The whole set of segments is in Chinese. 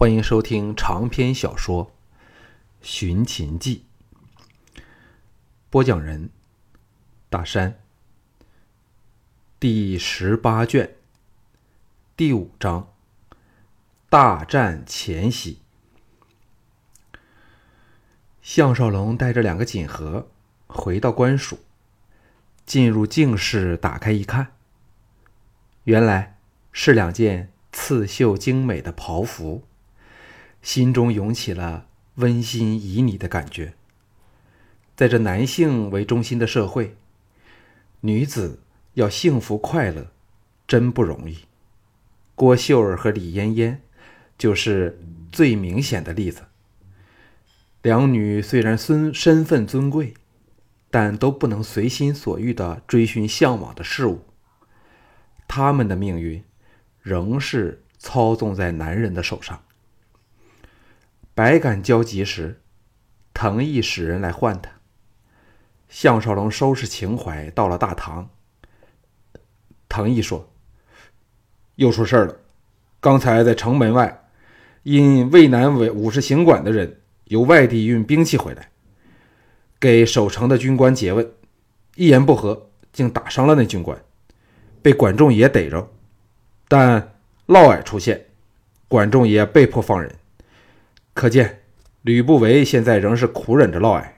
欢迎收听长篇小说《寻秦记》，播讲人大山，第18卷，第5章，大战前夕。项少龙带着2个锦盒回到官署，进入净室，打开一看，原来是2件刺绣精美的袍服，心中涌起了温馨旖旎的感觉。在这男性为中心的社会，女子要幸福快乐真不容易。郭秀儿和李嫣嫣就是最明显的例子。2女虽然身份尊贵，但都不能随心所欲地追寻向往的事物，她们的命运仍是操纵在男人的手上。百感交集时，藤毅使人来唤他。项少龙收拾情怀到了大堂。藤毅说：“又出事了，刚才在城门外，因渭南武士行馆的人由外地运兵器回来，给守城的军官诘问，一言不合竟打伤了那军官，被管仲爷逮着，但嫪毐出现，管仲爷被迫放人。可见吕不韦现在仍是苦忍着嫪毐。”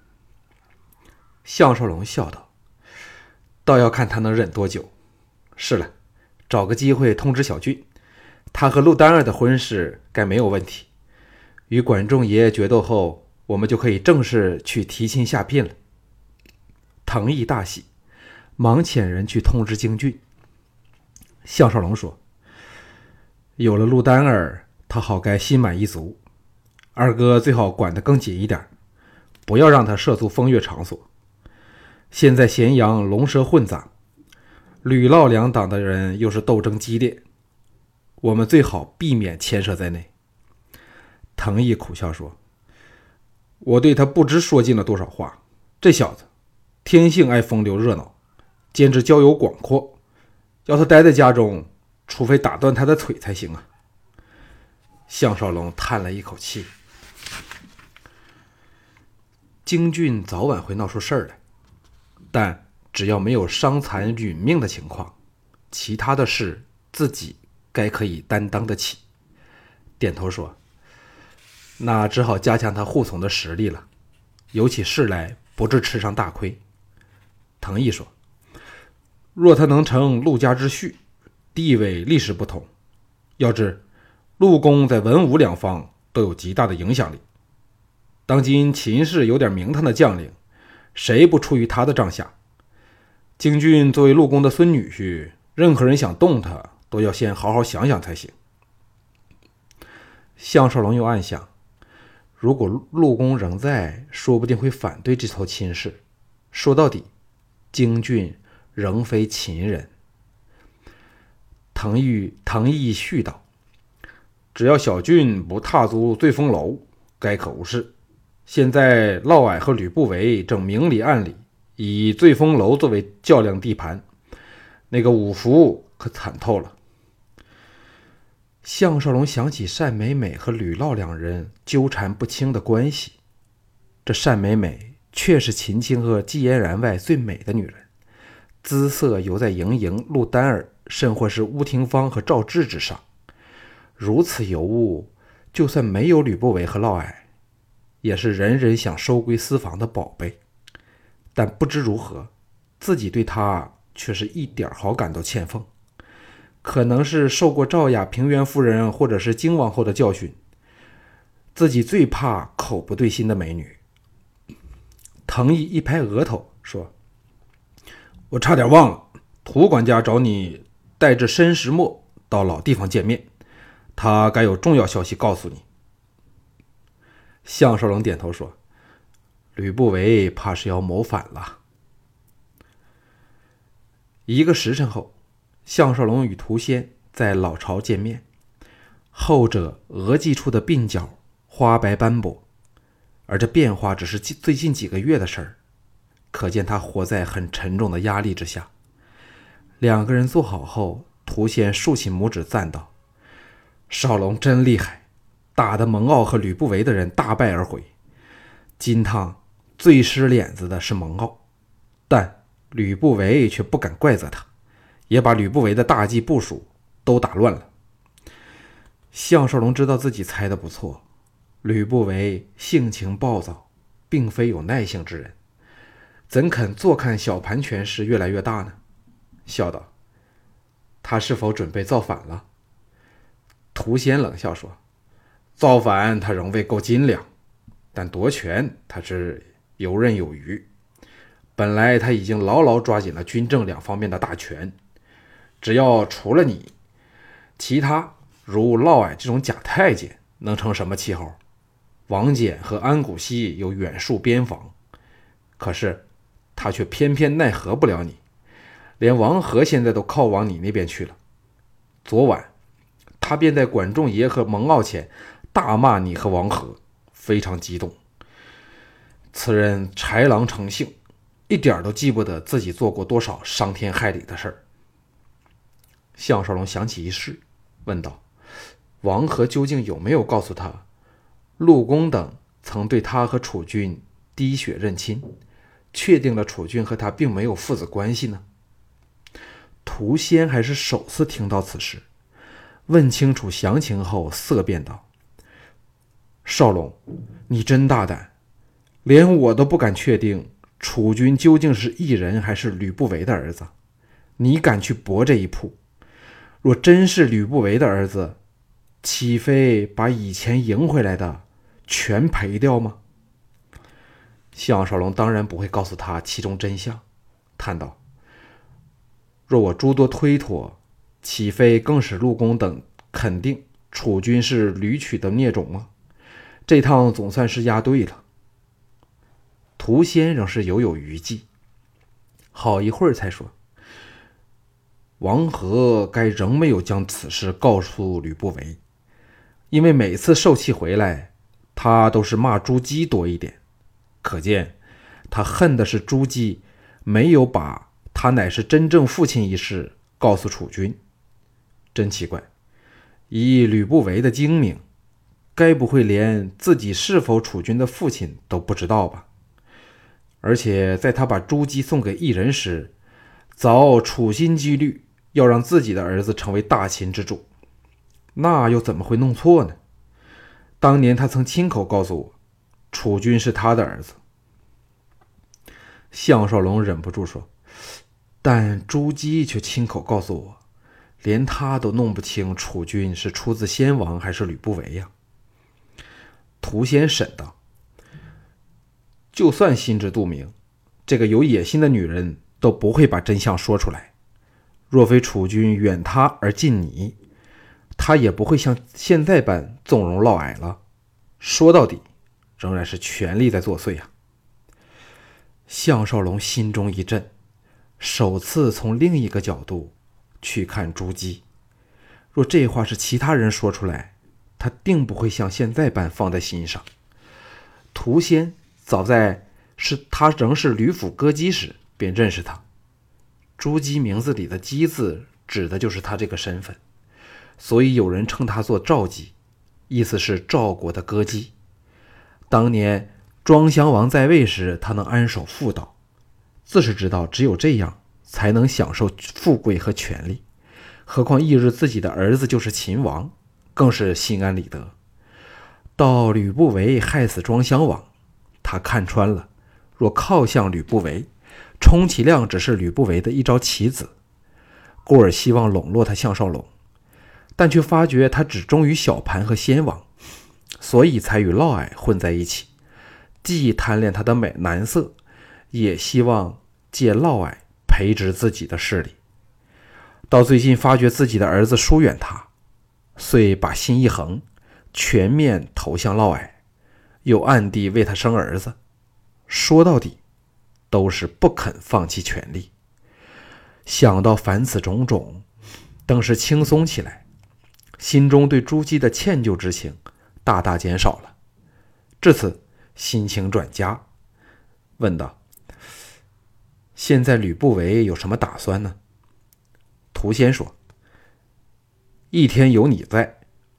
项少龙笑道：“倒要看他能忍多久。是了，找个机会通知小俊，他和陆丹儿的婚事该没有问题。与管仲爷决斗后，我们就可以正式去提亲下聘了。”藤毅大喜，忙遣人去通知京俊。项少龙说：“有了陆丹儿，他好该心满意足。二哥最好管得更紧一点，不要让他涉足风月场所。现在咸阳龙蛇混杂，吕嫪2党的人又是斗争激烈，我们最好避免牵涉在内。”藤毅苦笑说：“我对他不知说尽了多少话，这小子天性爱风流热闹，简直交友广阔，要他待在家中，除非打断他的腿才行啊。”项少龙叹了一口气。京俊早晚会闹出事儿来，但只要没有伤残殒命的情况，其他的事自己该可以担当得起。点头说：“那只好加强他护从的实力了，有起事来不致吃上大亏。”藤毅说：“若他能成陆家之婿，地位立时不同。要知陆公在文武2方都有极大的影响力，当今秦氏有点名堂的将领，谁不出于他的帐下？京俊作为陆公的孙女婿，任何人想动他，都要先好好想想才行。”项少龙又暗想，如果陆公仍在，说不定会反对这头亲事。说到底，京俊仍非秦人。藤毅续道：“只要小俊不踏足醉风楼，该可无事。现在嫪毐和吕不韦正明里暗里以醉风楼作为较量地盘，那个五福可惨透了。”项少龙想起单美美和吕嫪2人纠缠不清的关系。这单美美确是秦青和季嫣然外最美的女人，姿色犹在盈盈、陆丹儿甚或是乌廷芳和赵志之上。如此尤物，就算没有吕不韦和嫪毐，也是人人想收归私房的宝贝。但不知如何，自己对她却是一点好感都欠奉。可能是受过赵雅平原夫人或者是荆王后的教训，自己最怕口不对心的美女。藤毅一拍额头说：“我差点忘了，涂管家找你带着申时墨到老地方见面，他该有重要消息告诉你。”项少龙点头说：“吕不韦怕是要谋反了。”1个时辰后，项少龙与涂仙在老巢见面。后者额际处的鬓角花白斑驳，而这变化只是最近几个月的事儿，可见他活在很沉重的压力之下。2个人坐好后，涂仙竖起拇指赞道：“少龙真厉害， 打得蒙骜和吕不韦的人大败而回。金汤最失脸子的是蒙骜，但吕不韦却不敢怪责他，也把吕不韦的大计部署都打乱了。项少龙知道自己猜得不错，吕不韦性情暴躁，并非有耐性之人，怎肯坐看小盘权势越来越大呢？笑道：“他是否准备造反了？”涂仙冷笑说：“造反他仍未够斤两，但夺权他是游刃有余。本来他已经牢牢抓紧了军政两方面的大权，只要除了你，其他如嫪毐这种假太监能成什么气候？王翦和安谷西有远戍边防，可是他却偏偏奈何不了你，连王和现在都靠往你那边去了。昨晚他便在管仲爷和蒙骜前大骂你和王和，非常激动。此人豺狼成性，一点都记不得自己做过多少伤天害理的事儿。”项少龙想起一事，问道：“王和究竟有没有告诉他，陆公等曾对他和楚军滴血认亲，确定了楚军和他并没有父子关系呢？”涂仙还是首次听到此事，问清楚详情后色变道：“少龙，你真大胆，连我都不敢确定楚军究竟是异人还是吕不韦的儿子，你敢去搏这一铺？若真是吕不韦的儿子，岂非把以前赢回来的全赔掉吗？”项少龙当然不会告诉他其中真相，叹道：“若我诸多推脱，岂非更使陆公等肯定楚军是吕取的孽种吗？这趟总算是押对了。”涂仙仍是犹有余悸，好一会儿才说：“王和该仍没有将此事告诉吕不韦，因为每次受气回来，他都是骂朱姬多一点，可见他恨的是朱姬没有把他乃是真正父亲一事告诉楚军。真奇怪，以吕不韦的精明，该不会连自己是否楚军的父亲都不知道吧？而且在他把朱姬送给异人时，早处心积虑要让自己的儿子成为大秦之主，那又怎么会弄错呢？当年他曾亲口告诉我，楚军是他的儿子。”项少龙忍不住说：“但朱姬却亲口告诉我，连他都弄不清楚军是出自先王还是吕不韦呀。”涂仙审道：“就算心知肚明，这个有野心的女人都不会把真相说出来。若非楚军远他而近你，他也不会像现在般纵容嫪毐了。说到底，仍然是权力在作祟啊。”项少龙心中一震，首次从另一个角度去看朱姬。若这话是其他人说出来，他定不会像现在般放在心上。涂仙早在他仍是吕府歌姬时便认识他，朱姬名字里的姬字指的就是他这个身份，所以有人称他做赵姬，意思是赵国的歌姬。当年庄襄王在位时，他能安守妇道，自是知道只有这样才能享受富贵和权力，何况翌日自己的儿子就是秦王，更是心安理得。到吕不韦害死庄襄王，他看穿了，若靠向吕不韦，充其量只是吕不韦的一招棋子，故而希望笼络他项少龙，但却发觉他只忠于小盘和先王，所以才与嫪毐混在一起，既贪恋他的男色，也希望借嫪毐培植自己的势力。到最近发觉自己的儿子疏远他，遂把心一横，全面投向嫪毐，又暗地为他生儿子。说到底，都是不肯放弃权力。想到凡此种种，登时轻松起来，心中对朱姬的歉疚之情大大减少了。至此心情转佳，问道：“现在吕不韦有什么打算呢？”涂仙说：“一天有你在，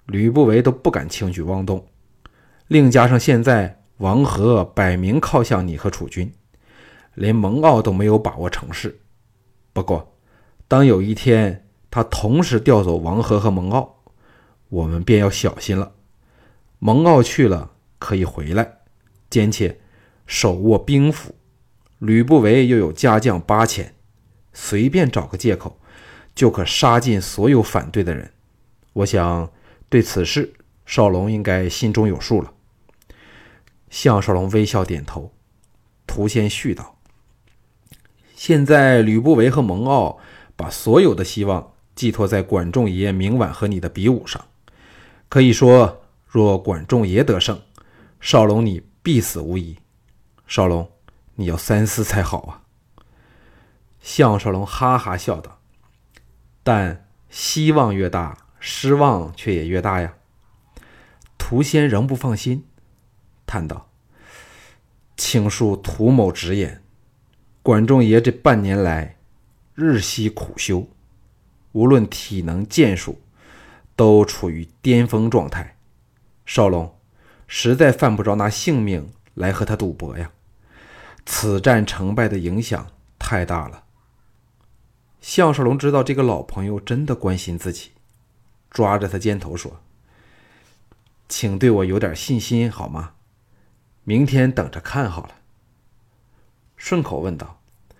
吕不韦都不敢轻举妄动，另加上现在王和摆明靠向你和楚军，连蒙骜都没有把握成事。不过当有一天他同时调走王和蒙骜，我们便要小心了。蒙骜去了可以回来，兼且手握兵符，吕不韦又有家将8000，随便找个借口就可杀尽所有反对的人。我想对此事少龙应该心中有数了。项少龙微笑点头。涂先续道：现在吕不韦和蒙骜把所有的希望寄托在管仲爷明晚和你的比武上，可以说若管仲爷得胜，少龙你必死无疑。少龙，你要三思才好啊。项少龙哈哈笑道：但希望越大，失望却也越大呀。涂先仍不放心，叹道：请恕涂某直言，管仲爷这半年来日夕苦修，无论体能剑术都处于巅峰状态，少龙实在犯不着拿性命来和他赌博呀，此战成败的影响太大了。项少龙知道这个老朋友真的关心自己，抓着他肩头说：请对我有点信心好吗？明天等着看好了。顺口问道：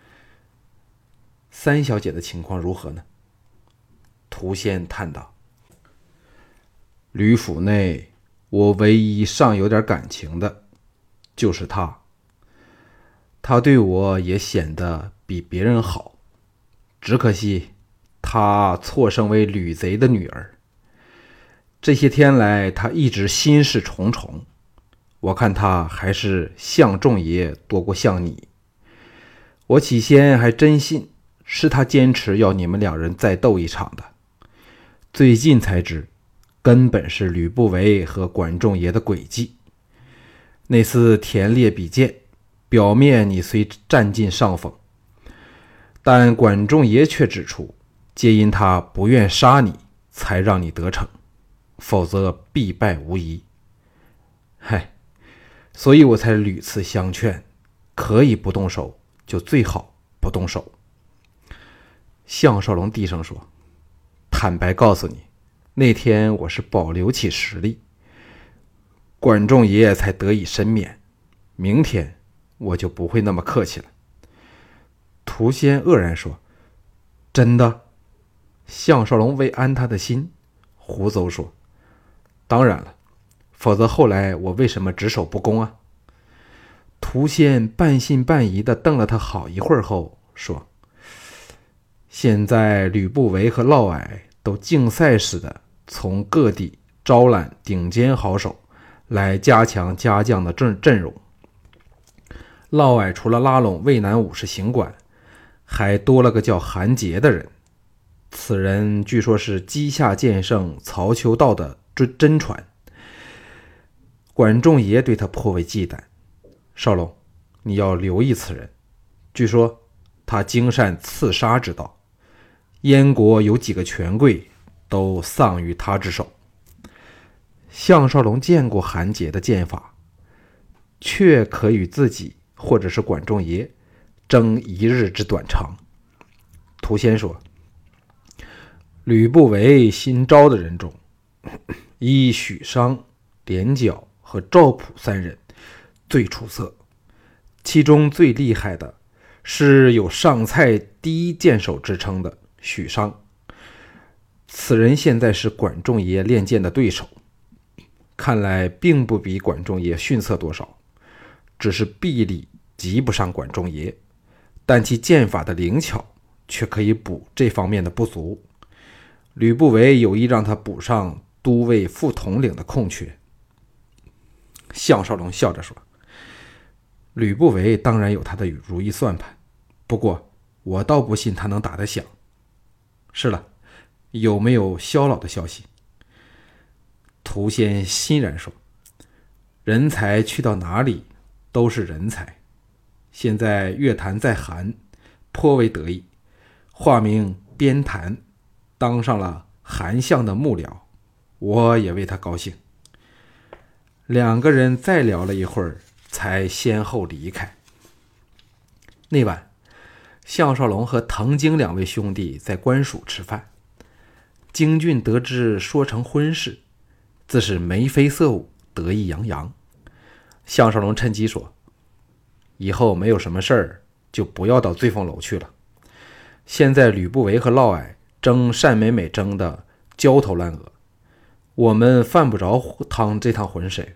三小姐的情况如何呢？涂先叹道：吕府内我唯一尚有点感情的就是她，她对我也显得比别人好，只可惜她错生为吕贼的女儿。这些天来她一直心事重重，我看她还是向仲爷多过向你。我起先还真信是他坚持要你们两人再斗一场的，最近才知根本是吕不韦和管仲爷的诡计。那次田猎比剑，表面你虽占尽上风，但管仲爷却指出，皆因他不愿杀你，才让你得逞，否则必败无疑。嗨，所以我才屡次相劝，可以不动手就最好不动手。项少龙低声说：坦白告诉你，那天我是保留起实力，管仲爷才得以申免，明天我就不会那么客气了。涂先愕然说：真的？项少龙为安他的心，胡诌说：当然了，否则后来我为什么只守不攻啊？涂先半信半疑地瞪了他好一会儿后说：现在吕不韦和嫪毐都竞赛似的从各地招揽顶尖好手来加强家将的阵容。嫪毐除了拉拢渭南武士行馆，还多了个叫韩杰的人，此人据说是稷下剑圣曹秋道的真传。管仲爷对他颇为忌惮，少龙，你要留意此人，据说他精善刺杀之道，燕国有几个权贵都丧于他之手。项少龙见过韩杰的剑法，却可与自己或者是管仲爷争一日之短长。涂先说：吕不韦新招的人中，以许商、连角和赵普三人最出色，其中最厉害的是有上蔡第一剑手之称的许商，此人现在是管仲爷练剑的对手，看来并不比管仲爷逊色多少，只是臂力及不上管仲爷，但其剑法的灵巧却可以补这方面的不足。吕不韦有意让他补上都尉副统领的空缺。项少龙笑着说：吕不韦当然有他的如意算盘，不过我倒不信他能打得响。是了，有没有萧老的消息？涂先欣然说：人才去到哪里都是人才，现在乐坛在韩颇为得意，化名边坛，当上了韩相的幕僚， 我也为他高兴。两个人再聊了一会儿，才先后离开。那晚，项少龙和滕京两位兄弟在官署吃饭。京俊得知说成婚事，自是眉飞色舞，得意洋洋。项少龙趁机说：“以后没有什么事儿，就不要到醉凤楼去了。现在吕不韦和嫪毐争单美美争的焦头烂额，我们犯不着趟这趟浑水。”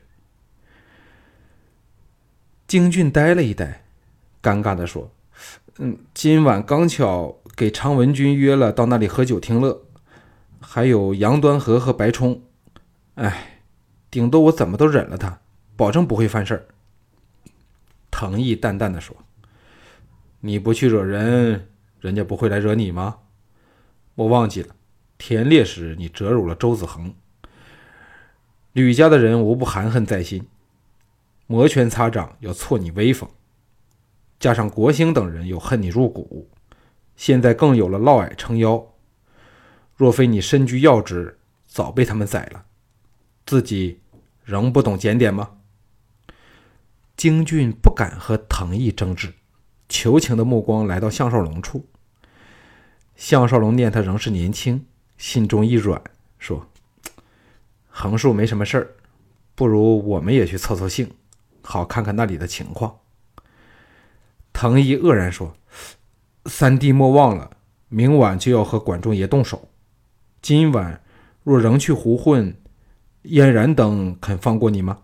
京俊呆了一呆，尴尬地说：“今晚刚巧给常文君约了到那里喝酒听乐，还有杨端和和白冲，顶多我怎么都忍了他，保证不会犯事儿。”滕毅淡淡地说：“你不去惹人，人家不会来惹你吗？我忘记了，田猎时你折辱了周子恒，吕家的人无不含恨在心，摩拳擦掌要挫你威风，加上国兴等人又恨你入骨，现在更有了嫪毐撑腰，若非你身居要职，早被他们宰了，自己仍不懂检点吗？”京俊不敢和滕毅争执，求情的目光来到项少龙处。项少龙念他仍是年轻，心中一软，说：“横竖没什么事儿，不如我们也去凑凑兴，好看看那里的情况。”滕毅愕然说：“三弟莫忘了，明晚就要和管仲爷动手，今晚若仍去胡混，嫣然等肯放过你吗？”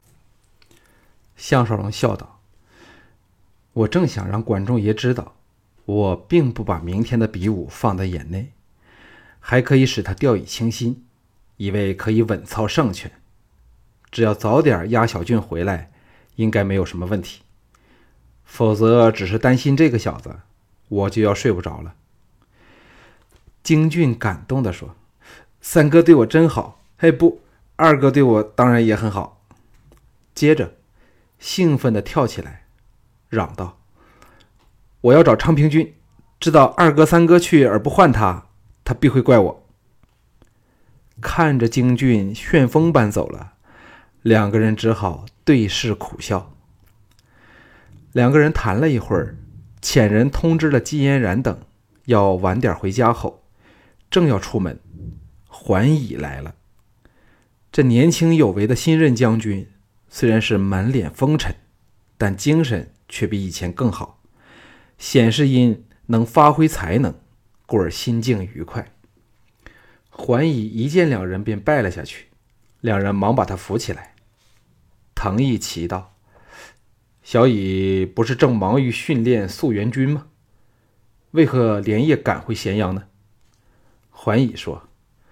项少龙笑道：“我正想让管仲爷知道，我并不把明天的比武放在眼内，还可以使他掉以轻心，以为可以稳操胜券。只要早点押小俊回来，应该没有什么问题。否则只是担心这个小子，我就要睡不着了。”京俊感动地说：“三哥对我真好，不，二哥对我当然也很好。”接着兴奋地跳起来，嚷道：“我要找昌平君，知道二哥三哥去而不唤他，他必会怪我。”看着京俊旋风般走了，两个人只好对视苦笑。两个人谈了一会儿，遣人通知了季嫣然等要晚点回家后，正要出门，桓乙来了。这年轻有为的新任将军虽然是满脸风尘，但精神却比以前更好，显示因能发挥才能，故而心境愉快。桓乙一见两人便拜了下去，两人忙把他扶起来。滕毅奇道：“小乙不是正忙于训练肃元军吗？为何连夜赶回咸阳呢？”桓乙说：“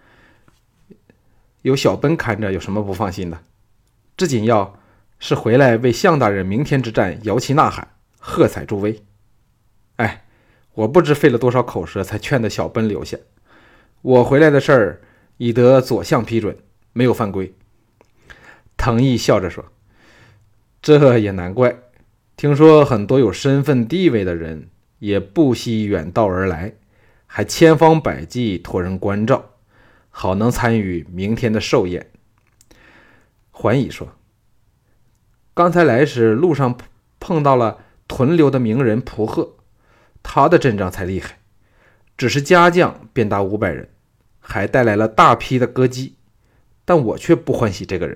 有小奔看着，有什么不放心的？至紧要是回来为项大人明天之战摇旗呐喊，喝彩助威。我不知费了多少口舌才劝得小奔留下。我回来的事儿已得左相批准，没有犯规。”滕毅笑着说：“这也难怪，听说很多有身份地位的人也不惜远道而来，还千方百计托人关照，好能参与明天的寿宴。”桓乙说：“刚才来时路上碰到了屯留的名人蒲贺，他的阵仗才厉害，只是家将便达500人，还带来了大批的歌姬，但我却不欢喜这个人。”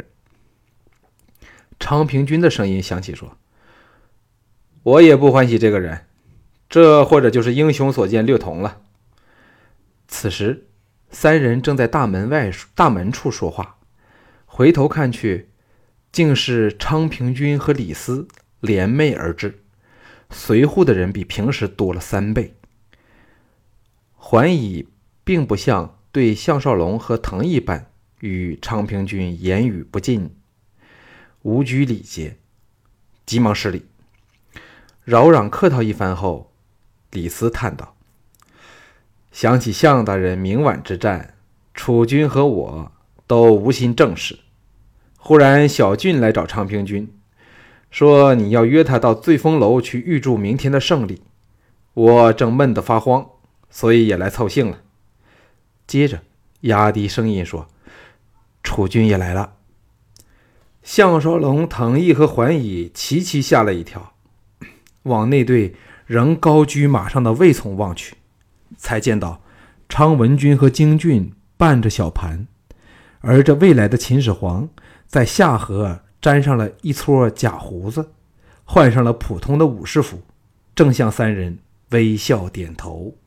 昌平君的声音响起说：“我也不欢喜这个人，这或者就是英雄所见略同了。”此时三人正在大门处说话，回头看去，竟是昌平君和李斯联袂而至，随护的人比平时多了3倍。桓乙并不像对项少龙和滕毅般与昌平君言语不尽，无拘礼节，急忙施礼，扰攘客套一番后，李斯叹道：“想起项大人明晚之战，楚军和我都无心正事，忽然小俊来找昌平君，说你要约他到醉风楼去预祝明天的胜利，我正闷得发慌，所以也来凑兴了。”接着压低声音说：“ 楚军也来了。项少龙、滕毅和桓乙齐齐吓了一跳，往那对仍高居马上的卫从望去，才见到昌文君和京俊伴着小盘，而这未来的秦始皇在下颌沾上了一撮假胡子，换上了普通的武士服，正向三人微笑点头。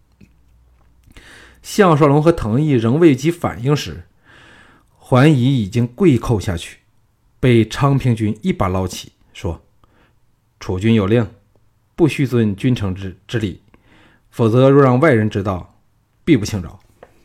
项少龙和滕毅仍未及反应时，桓乙已经跪叩下去，被昌平君一把捞起，说：楚军有令，不须遵君臣之礼，否则若让外人知道，必不轻饶。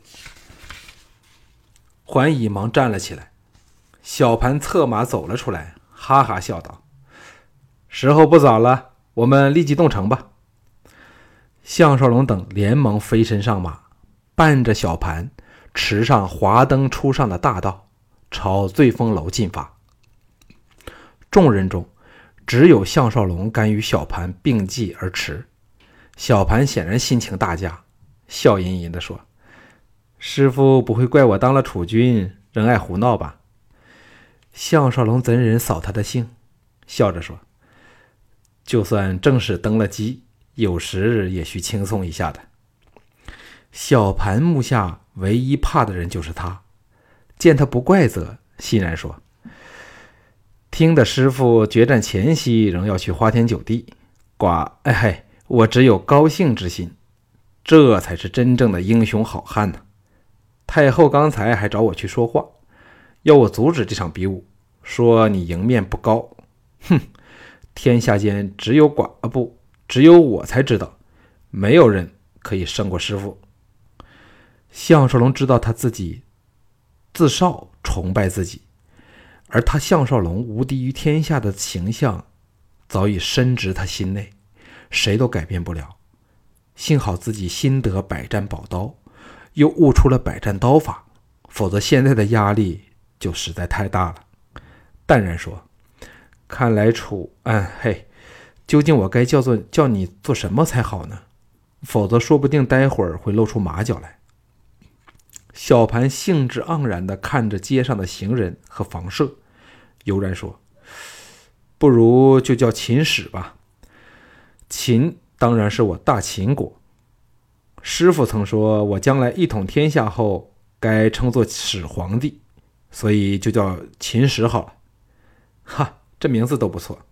桓乙忙站了起来，小盘策马走了出来，哈哈笑道：时候不早了，我们立即动城吧。项少龙等连忙飞身上马，伴着小盘驰上华灯初上的大道，朝醉风楼进发。众人中只有项少龙敢与小盘并继而驰。小盘显然心情大佳，笑吟吟地说：师父不会怪我当了楚军，仍爱胡闹吧？项少龙怎忍扫他的兴，笑着说：就算正式登了基，有时也需轻松一下的。小盘目下唯一怕的人就是他，见他不怪责，欣然说：听得师父决战前夕仍要去花天酒地，我只有高兴之心，这才是真正的英雄好汉呢。太后刚才还找我去说话，要我阻止这场比武，说你赢面不高。天下间只有我才知道，没有人可以胜过师父。项少龙知道他自己自少崇拜自己，而他项少龙无敌于天下的形象早已深植他心内，谁都改变不了。幸好自己新得百战宝刀，又悟出了百战刀法，否则现在的压力就实在太大了。淡然说：看来究竟我该叫你做什么才好呢？否则说不定待会儿会露出马脚来。小盘兴致盎然地看着街上的行人和房舍，悠然说：不如就叫秦始吧。秦当然是我大秦国，师父曾说我将来一统天下后该称作始皇帝，所以就叫秦始好了。这名字都不错。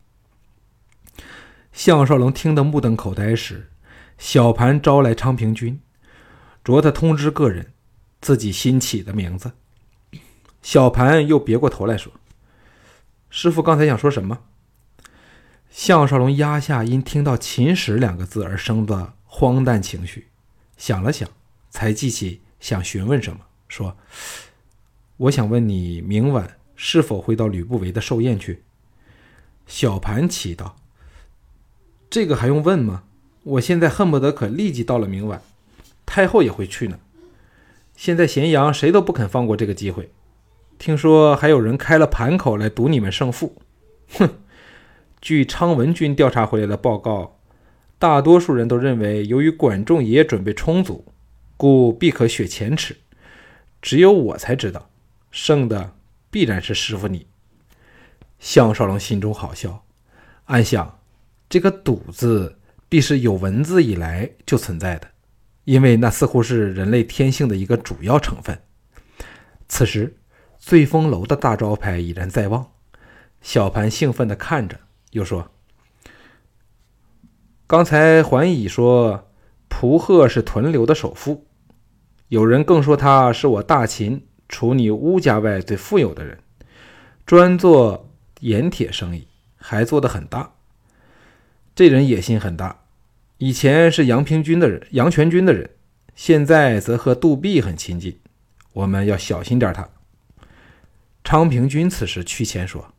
项少龙听得目瞪口呆时，小盘招来昌平君，着他通知个人自己新起的名字。小盘又别过头来说：师父刚才想说什么？项少龙压下因听到秦始两个字而生的荒诞情绪，想了想，才记起想询问什么，说：我想问你明晚是否会到吕不韦的寿宴去？小盘奇道：这个还用问吗？我现在恨不得可立即到了明晚，太后也会去呢。现在咸阳谁都不肯放过这个机会，听说还有人开了盘口来赌你们胜负。据昌文君调查回来的报告，大多数人都认为由于管仲爷准备充足，故必可雪前耻，只有我才知道胜的必然是师父你。项少龙心中好笑，暗想这个赌字必是有文字以来就存在的，因为那似乎是人类天性的一个主要成分。此时醉风楼的大招牌已然在望，小盘兴奋地看着，又说：刚才桓乙说蒲贺是屯留的首富，有人更说他是我大秦除你乌家外最富有的人，专做盐铁生意，还做得很大。这人野心很大，以前是杨全军的人，现在则和杜弼很亲近，我们要小心点他。昌平君此时趋前说：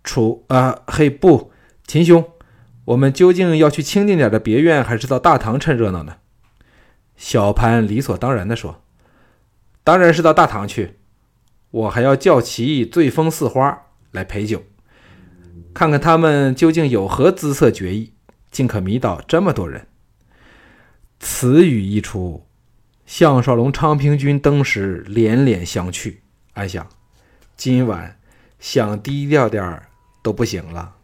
秦兄，我们究竟要去清静点的别院，还是到大堂趁热闹呢？小潘理所当然地说：当然是到大堂去，我还要叫齐醉风四花来陪酒，看看他们究竟有何姿色绝艺，竟可迷倒这么多人。此语一出，项少龙、昌平君登时连连相觑，暗想今晚想低调点儿都不行了。